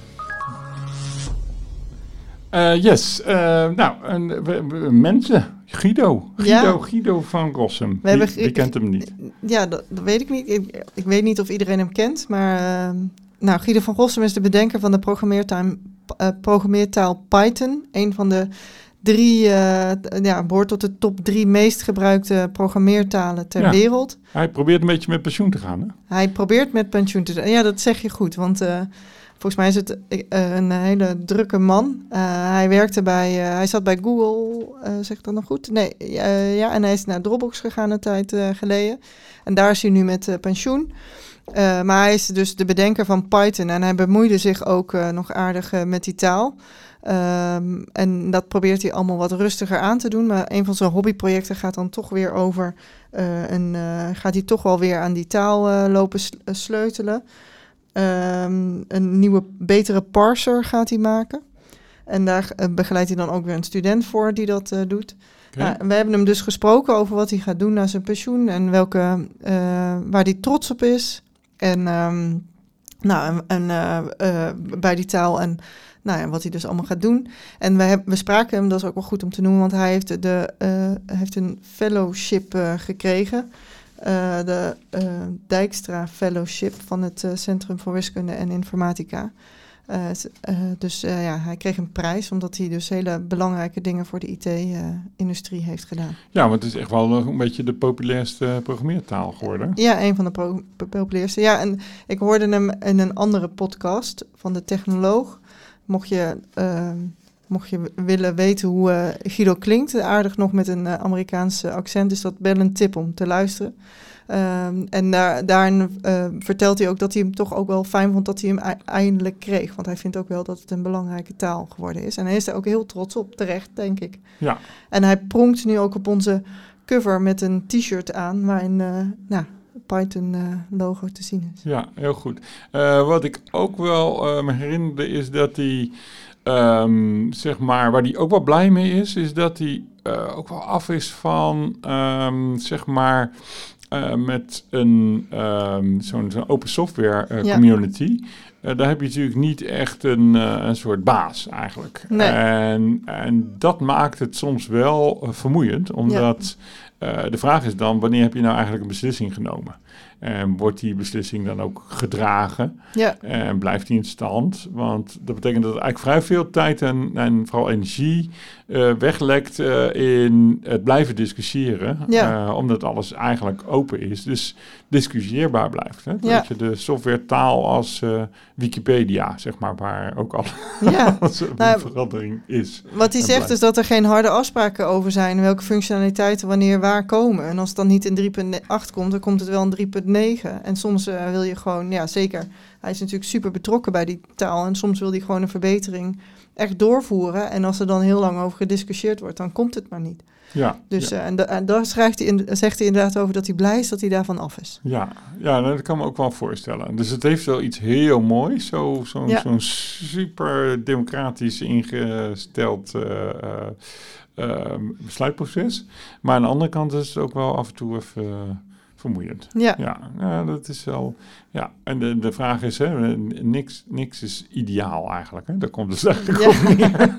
Uh, yes, uh, nou, een, we, we, mensen, Guido, Guido, ja. Guido van Rossum, wie, hebben, wie kent hem niet? Ja, dat, dat weet ik niet. Ik, ik weet niet of iedereen hem kent, maar uh, nou, Guido van Rossum is de bedenker van de programmeertaal, uh, programmeertaal Python, een van de drie, uh, ja, behoort tot de top drie meest gebruikte programmeertalen ter ja. wereld. Hij probeert een beetje met pensioen te gaan, hè? Hij probeert met pensioen te gaan, ja, dat zeg je goed, want... Uh, Volgens mij is het uh, een hele drukke man. Uh, hij werkte bij, uh, hij zat bij Google, uh, zeg ik dat nog goed? Nee, uh, ja, en hij is naar Dropbox gegaan een tijd uh, geleden. En daar is hij nu met uh, pensioen. Uh, maar hij is dus de bedenker van Python en hij bemoeide zich ook uh, nog aardig uh, met die taal. Um, en dat probeert hij allemaal wat rustiger aan te doen. Maar een van zijn hobbyprojecten gaat dan toch weer over, uh, en uh, gaat hij toch wel weer aan die taal uh, lopen s- sleutelen. Um, een nieuwe, betere parser gaat hij maken. En daar uh, begeleidt hij dan ook weer een student voor die dat uh, doet. Okay. Uh, we hebben hem dus gesproken over wat hij gaat doen na zijn pensioen en welke, uh, waar hij trots op is. En, um, nou, en uh, uh, bij die taal en nou ja, wat hij dus allemaal gaat doen. En we, heb, we spraken hem, dat is ook wel goed om te noemen, want hij heeft, de, uh, heeft een fellowship uh, gekregen. Uh, de uh, Dijkstra Fellowship van het uh, Centrum voor Wiskunde en Informatica. Uh, uh, dus uh, ja, hij kreeg een prijs omdat hij dus hele belangrijke dingen voor de I T-industrie uh, heeft gedaan. Ja, want het is echt wel een beetje de populairste programmeertaal geworden. Ja, een van de pro- populairste. Ja, en ik hoorde hem in een andere podcast van de Technoloog. Mocht je... Uh, Mocht je willen weten hoe uh, Guido klinkt, aardig nog met een uh, Amerikaanse accent, is dat wel een tip om te luisteren. Um, en daar, daarin uh, vertelt hij ook dat hij hem toch ook wel fijn vond dat hij hem e- eindelijk kreeg. Want hij vindt ook wel dat het een belangrijke taal geworden is. En hij is er ook heel trots op, terecht, denk ik. Ja. En hij pronkt nu ook op onze cover met een t-shirt aan, waarin uh, nou, Python-logo uh, te zien is. Ja, heel goed. Uh, wat ik ook wel uh, me herinnerde is dat hij... Um, zeg maar, waar hij ook wel blij mee is, is dat hij uh, ook wel af is van, um, zeg maar, uh, met een um, zo'n, zo'n open software uh, ja. community. Uh, daar heb je natuurlijk niet echt een, uh, een soort baas eigenlijk. Nee. En, en dat maakt het soms wel uh, vermoeiend, omdat ja. uh, de vraag is dan, wanneer heb je nou eigenlijk een beslissing genomen? En wordt die beslissing dan ook gedragen? Ja. En blijft die in stand? Want dat betekent dat er eigenlijk vrij veel tijd en, en vooral energie uh, weglekt uh, in het blijven discussiëren. Ja. Uh, omdat alles eigenlijk open is. Dus discussieerbaar blijft. Hè? Ja. Dat je de softwaretaal als uh, Wikipedia, zeg maar, waar ook al ja. nou, verandering is. Wat hij zegt blijft. Is dat er geen harde afspraken over zijn. Welke functionaliteiten wanneer waar komen. En als het dan niet in drie punt acht komt, dan komt het wel in drie punt negen. En soms uh, wil je gewoon, ja zeker, hij is natuurlijk super betrokken bij die taal. En soms wil hij gewoon een verbetering echt doorvoeren. En als er dan heel lang over gediscussieerd wordt, dan komt het maar niet. Ja, dus ja. Uh, en, da- en daar schrijft hij in, zegt hij inderdaad over dat hij blij is dat hij daarvan af is. Ja, ja, dat kan me ook wel voorstellen. Dus het heeft wel iets heel moois. Zo, zo'n, ja. zo'n super democratisch ingesteld uh, uh, uh, besluitproces. Maar aan de andere kant is het ook wel af en toe even... Uh, vermoeiend. Ja. Ja, ja, dat is wel... Ja, en de, de vraag is, hè, niks, niks is ideaal eigenlijk. Hè? Daar komt het eigenlijk ja. op neer.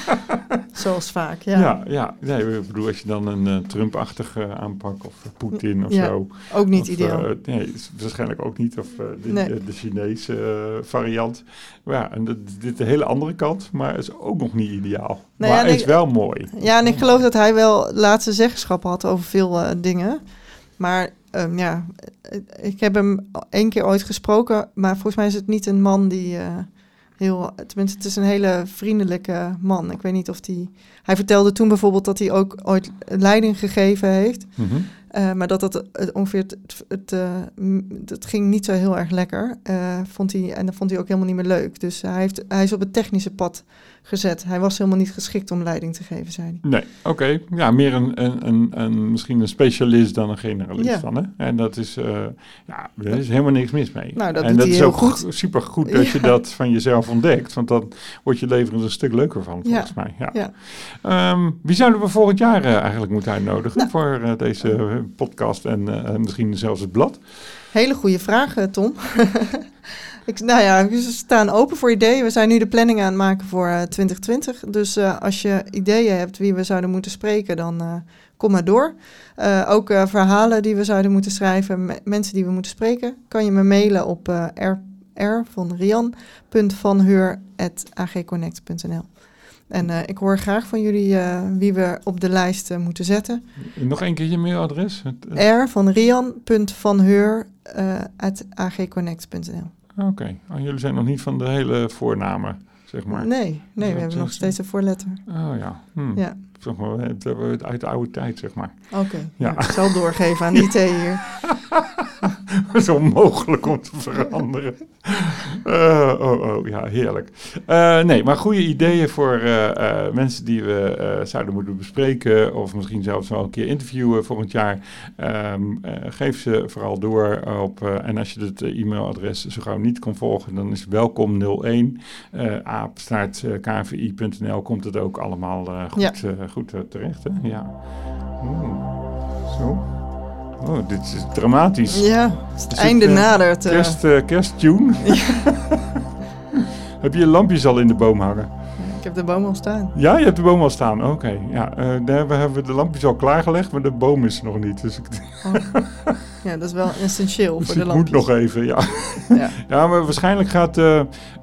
Zoals vaak, ja. Ja, ja. Nee, ik bedoel, als je dan een uh, Trump-achtige aanpak of uh, Poetin of ja, zo. Ook niet of, ideaal. Uh, nee, waarschijnlijk ook niet. Of uh, de, nee. de, de Chinese uh, variant. Ja, en dat, dit is de hele andere kant, maar is ook nog niet ideaal. Nee, maar ja, het is ik, wel mooi. Ja, en ik geloof dat hij wel laatste zeggenschap had over veel uh, dingen. Maar um, ja, ik heb hem één keer ooit gesproken, maar volgens mij is het niet een man die uh, heel, tenminste, het is een hele vriendelijke man. Ik weet niet of die, hij vertelde toen bijvoorbeeld dat hij ook ooit leiding gegeven heeft. Mm-hmm. Uh, maar dat dat uh, ongeveer, het, het, uh, het ging niet zo heel erg lekker. Uh, vond hij, en dat vond hij ook helemaal niet meer leuk. Dus uh, hij, heeft, hij is op het technische pad gezet. Hij was helemaal niet geschikt om leiding te geven, zei hij. Nee, oké. Okay. Ja, meer een, een, een, een, misschien een specialist dan een generalist ja. dan, hè? En dat is, uh, ja, er is helemaal niks mis mee. Nou, dat en doet dat hij is heel ook goed. super goed dat ja. je dat van jezelf ontdekt. Want dan wordt je leven er een stuk leuker van, volgens ja. mij. Ja. Ja. Um, wie zouden we volgend jaar uh, eigenlijk moeten uitnodigen nou. voor uh, deze uh, podcast en uh, misschien zelfs het blad? Hele goede vraag, Tom. Ik, nou ja, we staan open voor ideeën. We zijn nu de planning aan het maken voor uh, twintig twintig. Dus uh, als je ideeën hebt wie we zouden moeten spreken, dan uh, kom maar door. Uh, ook uh, verhalen die we zouden moeten schrijven, me- mensen die we moeten spreken, kan je me mailen op uh, r, r van rian punt van heur at a g connect punt n l. En uh, ik hoor graag van jullie uh, wie we op de lijst uh, moeten zetten. Nog één keer je mailadres? Het, uh... r van rian punt van heur uh, at a g connect punt n l. Oké, okay. Oh, jullie zijn nog niet van de hele voornamen, zeg maar. Nee, nee, we hebben nog steeds een voorletter. Oh ja, hm. ja. Zeg maar, het uit de oude tijd, zeg maar. Oké, okay. ja. ja, ik zal doorgeven aan die thee hier. Het is onmogelijk om te veranderen. Uh, oh, oh, ja, heerlijk. Uh, nee, maar goede ideeën voor uh, uh, mensen die we uh, zouden moeten bespreken, of misschien zelfs wel een keer interviewen volgend jaar. Um, uh, geef ze vooral door op, uh, en als je het uh, e-mailadres zo gauw niet kan volgen, dan is welkom nul één, uh, apenstaart k v i punt n l, komt het ook allemaal uh, goed, ja. uh, goed uh, terecht. Hè? Ja. Hmm. Zo. Oh, dit is dramatisch. Ja, het is einde uh, nadert. Uh. Kerst, uh, kersttune. Ja. Heb je je lampjes al in de boom hangen? Ik heb de boom al staan. Ja, je hebt de boom al staan. Oké. Okay. Ja, uh, daar hebben we de lampjes al klaargelegd, maar de boom is er nog niet. Dus ik... oh. Ja, dat is wel essentieel dus voor de lampjes. moet nog even, ja. Ja, ja maar waarschijnlijk gaat uh, uh,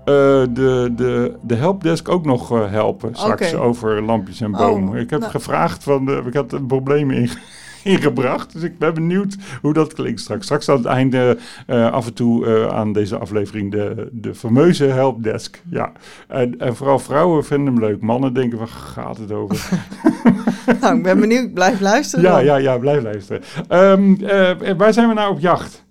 de, de, de helpdesk ook nog uh, helpen straks okay. over lampjes en bomen. Oh, ik heb nou. gevraagd, van de, ik had een probleem in. ingebracht. Dus ik ben benieuwd hoe dat klinkt straks. Straks aan het einde uh, af en toe uh, aan deze aflevering de, de fameuze helpdesk. Ja. En, en vooral vrouwen vinden hem leuk. Mannen denken, waar gaat het over? Nou, ik ben benieuwd. Blijf luisteren. Ja, ja, ja, blijf luisteren. Um, uh, waar zijn we nou op jacht?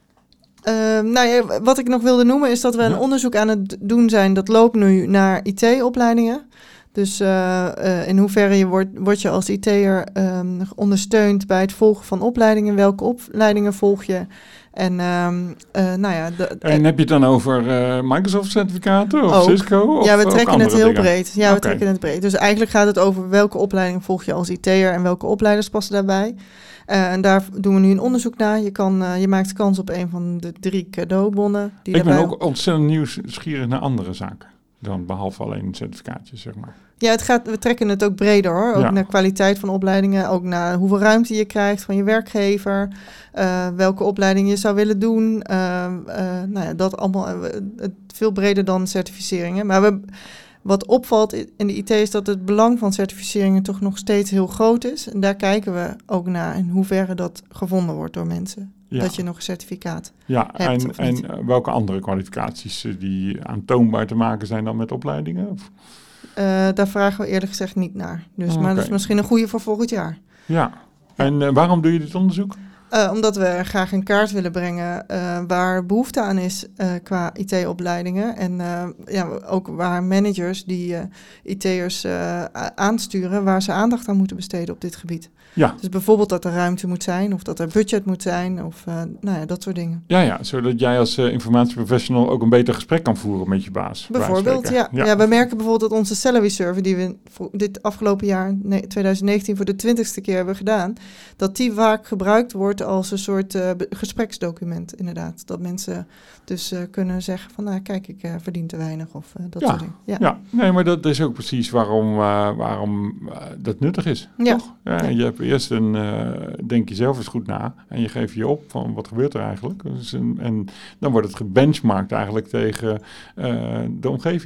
Uh, nou ja, wat ik nog wilde noemen is dat we een ja. onderzoek aan het doen zijn. Dat loopt nu naar I T-opleidingen. Dus uh, uh, in hoeverre je wordt, word je als I T'er um, ondersteund bij het volgen van opleidingen? Welke opleidingen volg je? En, um, uh, nou ja, de, en heb je het dan over uh, Microsoft-certificaten of ook. Cisco? Of ja, we trekken het heel dingen? breed. Ja, we okay. trekken het breed. Dus eigenlijk gaat het over welke opleiding volg je als I T'er en welke opleiders passen daarbij. Uh, en daar doen we nu een onderzoek naar. Je, kan, uh, je maakt kans op een van de drie cadeaubonnen. Die Ik ben daarbij... ook ontzettend nieuwsgierig naar andere zaken. Dan behalve alleen certificaatjes, zeg maar. Ja, het gaat, we trekken het ook breder hoor. Ook ja. naar kwaliteit van opleidingen. Ook naar hoeveel ruimte je krijgt van je werkgever. Uh, welke opleiding je zou willen doen. Uh, uh, nou ja, dat allemaal uh, veel breder dan certificeringen. Maar we, wat opvalt in de I T is dat het belang van certificeringen toch nog steeds heel groot is. En daar kijken we ook naar in hoeverre dat gevonden wordt door mensen. Ja. Dat je nog een certificaat ja, hebt. En, en welke andere kwalificaties die aantoonbaar te maken zijn dan met opleidingen? Of? Uh, daar vragen we eerlijk gezegd niet naar. Dus, okay. Maar dat is misschien een goede voor volgend jaar. Ja, en uh, waarom doe je dit onderzoek? Uh, omdat we graag in kaart willen brengen uh, waar behoefte aan is uh, qua I T-opleidingen. En uh, ja, ook waar managers die uh, I T'ers uh, aansturen, waar ze aandacht aan moeten besteden op dit gebied. Ja. Dus bijvoorbeeld dat er ruimte moet zijn, of dat er budget moet zijn, of uh, nou ja, dat soort dingen. Ja, ja, zodat jij als uh, informatieprofessional ook een beter gesprek kan voeren met je baas. Bijvoorbeeld, ja. Ja. ja. We merken bijvoorbeeld dat onze salary survey, die we voor dit afgelopen jaar, nee, twintig negentien, voor de twintigste keer hebben gedaan, dat die vaak gebruikt wordt als een soort uh, gespreksdocument, inderdaad. Dat mensen dus uh, kunnen zeggen van, nou kijk, ik uh, verdien te weinig, of uh, dat ja. soort dingen. Ja. ja, nee, maar dat is ook precies waarom, uh, waarom uh, dat nuttig is, ja. toch? Ja, ja. Je hebt eerst een, uh, denk je zelf eens goed na en je geeft je op van wat gebeurt er eigenlijk. Dus een, en dan wordt het gebenchmarkt eigenlijk tegen uh, de omgeving.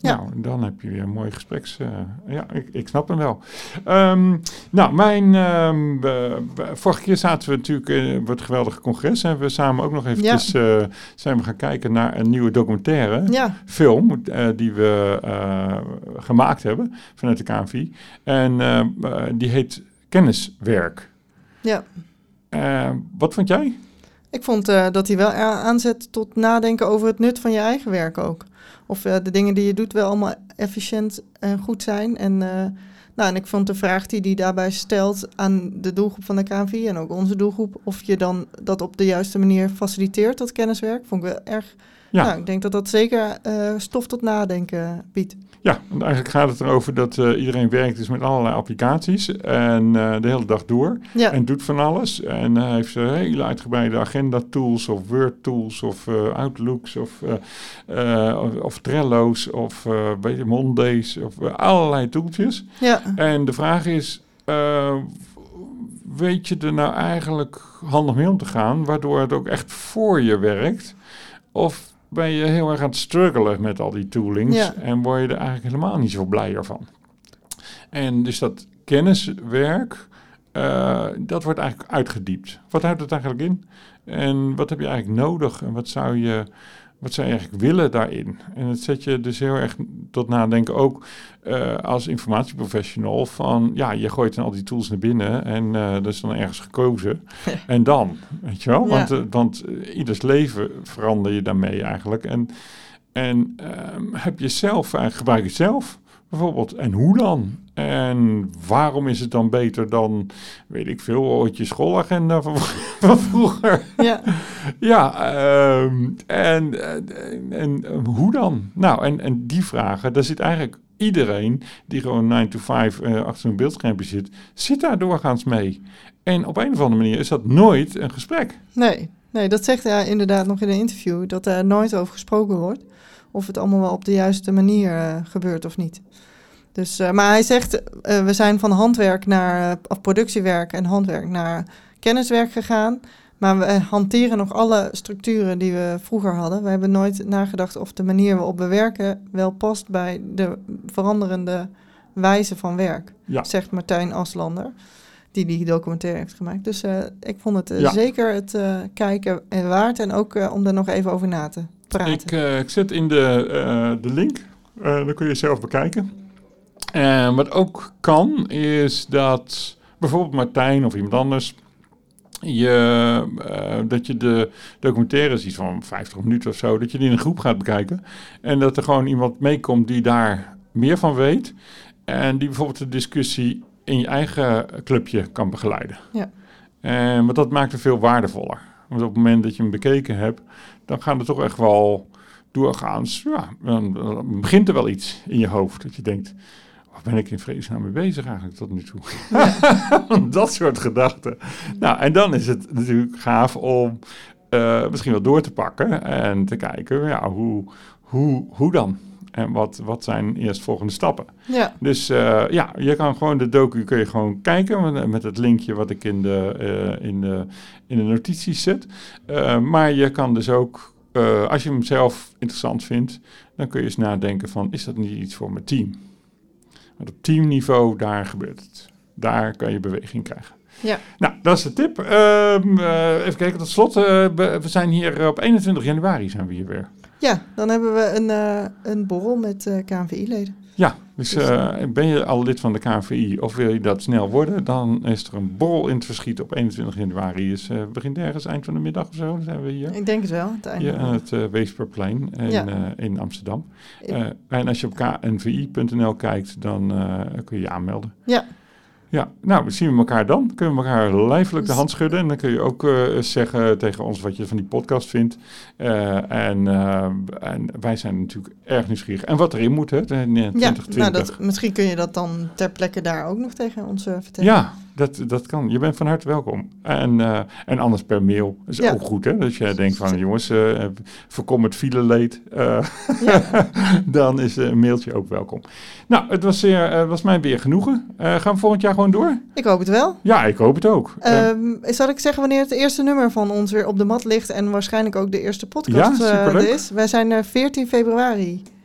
Ja. Nou, dan heb je weer een mooi gespreks... Uh, ja, ik, ik snap hem wel. Um, nou, mijn... Um, uh, vorige keer zaten we natuurlijk in het geweldige congres. En we samen ook nog eventjes... Ja. Uh, zijn we gaan kijken naar een nieuwe documentaire ja. film... Uh, die we uh, gemaakt hebben vanuit de K N V I. En uh, uh, die heet Kenniswerk. Ja. Uh, wat vond jij? Ik vond uh, dat hij wel aanzet tot nadenken over het nut van je eigen werk ook. Of uh, de dingen die je doet wel allemaal efficiënt en goed zijn. En, uh, nou, en ik vond de vraag die hij daarbij stelt aan de doelgroep van de K N V I en ook onze doelgroep, of je dan dat op de juiste manier faciliteert, dat kenniswerk, vond ik wel erg... Ja. Nou, ik denk dat dat zeker uh, stof tot nadenken biedt. Ja, want eigenlijk gaat het erover dat uh, iedereen werkt dus met allerlei applicaties en uh, de hele dag door ja. en doet van alles. En hij uh, heeft uh, hele uitgebreide agenda-tools of Word-tools of uh, Outlooks of, uh, uh, of, of Trello's of uh, weet je, Mondays of uh, allerlei tooltjes. Ja. En de vraag is, uh, weet je er nou eigenlijk handig mee om te gaan, waardoor het ook echt voor je werkt? Of ben je heel erg aan het struggelen met al die toolings ja. en word je er eigenlijk helemaal niet zo blijer van. En dus dat kenniswerk, uh, dat wordt eigenlijk uitgediept. Wat houdt het eigenlijk in? En wat heb je eigenlijk nodig? En wat zou je, wat zou je eigenlijk willen daarin? En het zet je dus heel erg tot nadenken ook uh, als informatieprofessional van, ja, je gooit dan al die tools naar binnen en uh, dat is dan ergens gekozen. En dan, weet je wel? Ja. Want, uh, want uh, ieders leven verander je daarmee eigenlijk. En, en uh, heb je zelf, eigenlijk gebruik je het zelf bijvoorbeeld. En hoe dan? En waarom is het dan beter dan, weet ik veel, ooit je schoolagenda van, van vroeger? Ja, ja um, en, en, en um, hoe dan? Nou, en, en die vragen, daar zit eigenlijk iedereen die gewoon nine to five uh, achter een beeldschermpje zit, zit daar doorgaans mee. En op een of andere manier is dat nooit een gesprek. Nee, nee, dat zegt hij inderdaad nog in een interview, dat er nooit over gesproken wordt. Of het allemaal wel op de juiste manier uh, gebeurt of niet. Dus, uh, maar hij zegt, uh, we zijn van handwerk naar, uh, of productiewerk en handwerk naar kenniswerk gegaan. Maar we hanteren nog alle structuren die we vroeger hadden. We hebben nooit nagedacht of de manier waarop we werken wel past bij de veranderende wijze van werk. Ja. Zegt Martijn Aslander, die die documentaire heeft gemaakt. Dus uh, ik vond het uh, ja. zeker het uh, kijken en waard. En ook uh, om er nog even over na te praten. Ik, uh, ik zet in de, uh, de link. Uh, dan kun je zelf bekijken. En wat ook kan, is dat bijvoorbeeld Martijn of iemand anders, je, uh, dat je de documentaires, iets van vijftig minuten of zo, dat je die in een groep gaat bekijken. En dat er gewoon iemand meekomt die daar meer van weet. En die bijvoorbeeld de discussie in je eigen clubje kan begeleiden. Ja. En, want dat maakt het veel waardevoller. Want op het moment dat je hem bekeken hebt, dan gaat het toch echt wel doorgaans, ja, dan, dan begint er wel iets in je hoofd. Dat je denkt, waar ben ik in vredesnaam mee bezig eigenlijk tot nu toe? Ja. Dat soort gedachten. Nou, en dan is het natuurlijk gaaf om uh, misschien wel door te pakken en te kijken, ja, hoe, hoe, hoe dan? En wat, wat zijn eerst volgende stappen? Ja. Dus uh, ja, je kan gewoon de docu kun je gewoon kijken met, met het linkje wat ik in de, uh, in de, in de notities zet. Uh, maar je kan dus ook, uh, als je hem zelf interessant vindt, dan kun je eens nadenken van, is dat niet iets voor mijn team? Want op teamniveau, daar gebeurt het. Daar kan je beweging krijgen. Ja. Nou, dat is de tip. Uh, uh, even kijken, tot slot. Uh, we zijn hier op eenentwintig januari zijn we hier weer. Ja, dan hebben we een, uh, een borrel met uh, K N V I-leden. Ja, dus uh, ben je al lid van de K N V I of wil je dat snel worden, dan is er een borrel in het verschiet op eenentwintig januari. Dus uh, begint ergens eind van de middag of zo, dan zijn we hier. Ik denk het wel, het einde. Hier aan het uh, Weesperplein in, ja. uh, in Amsterdam. Uh, en als je op k n v i punt n l kijkt, dan uh, kun je je aanmelden. Ja. Ja, nou, zien we elkaar dan. Kunnen we elkaar lijfelijk de hand schudden. En dan kun je ook uh, zeggen tegen ons wat je van die podcast vindt. Uh, en, uh, en wij zijn natuurlijk erg nieuwsgierig. En wat erin moet, hè, twintig twintig. Ja, nou dat, misschien kun je dat dan ter plekke daar ook nog tegen ons uh, vertellen. Ja, dat, dat kan. Je bent van harte welkom. En, uh, en anders per mail is ja. ook goed, hè. Dus jij denkt van, jongens, uh, voorkom het fileleed. Uh, ja. Dan is een mailtje ook welkom. Nou, het was, uh, was mij weer genoegen. Uh, gaan we volgend jaar gewoon door? Ik hoop het wel. Ja, ik hoop het ook. Um, uh, zal ik zeggen wanneer het eerste nummer van ons weer op de mat ligt en waarschijnlijk ook de eerste podcast ja, uh, is? Wij zijn uh, veertien februari.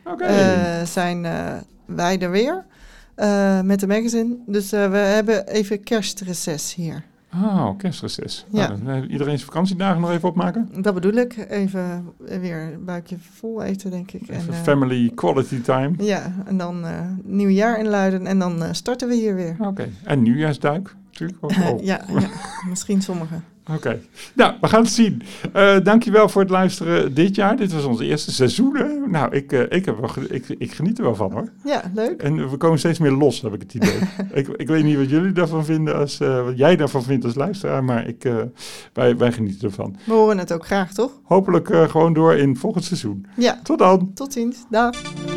Oké. uh, zijn uh, wij er weer uh, met de magazine. Dus uh, we hebben even kerstreces hier. Oh, kerstreces. Ja. Nou, iedereen zijn vakantiedagen nog even opmaken? Dat bedoel ik. Even weer een buikje vol eten, denk ik. Even en, uh, family quality time. Ja, en dan uh, nieuwjaar inluiden en dan uh, starten we hier weer. Oké. Okay. En nieuwjaarsduik? Natuurlijk. Oh, oh. ja, ja, misschien sommigen. Oké. Okay. Nou, we gaan het zien. Uh, dankjewel voor het luisteren dit jaar. Dit was ons eerste seizoen. Hè? Nou, ik, uh, ik, heb wel ge- ik, ik geniet er wel van, hoor. Ja, leuk. En we komen steeds meer los, heb ik het idee. ik, ik weet niet wat jullie daarvan vinden, als, uh, wat jij daarvan vindt als luisteraar, maar ik, uh, wij, wij genieten ervan. We horen het ook graag, toch? Hopelijk uh, gewoon door in volgend seizoen. Ja. Tot dan. Tot ziens. Dag.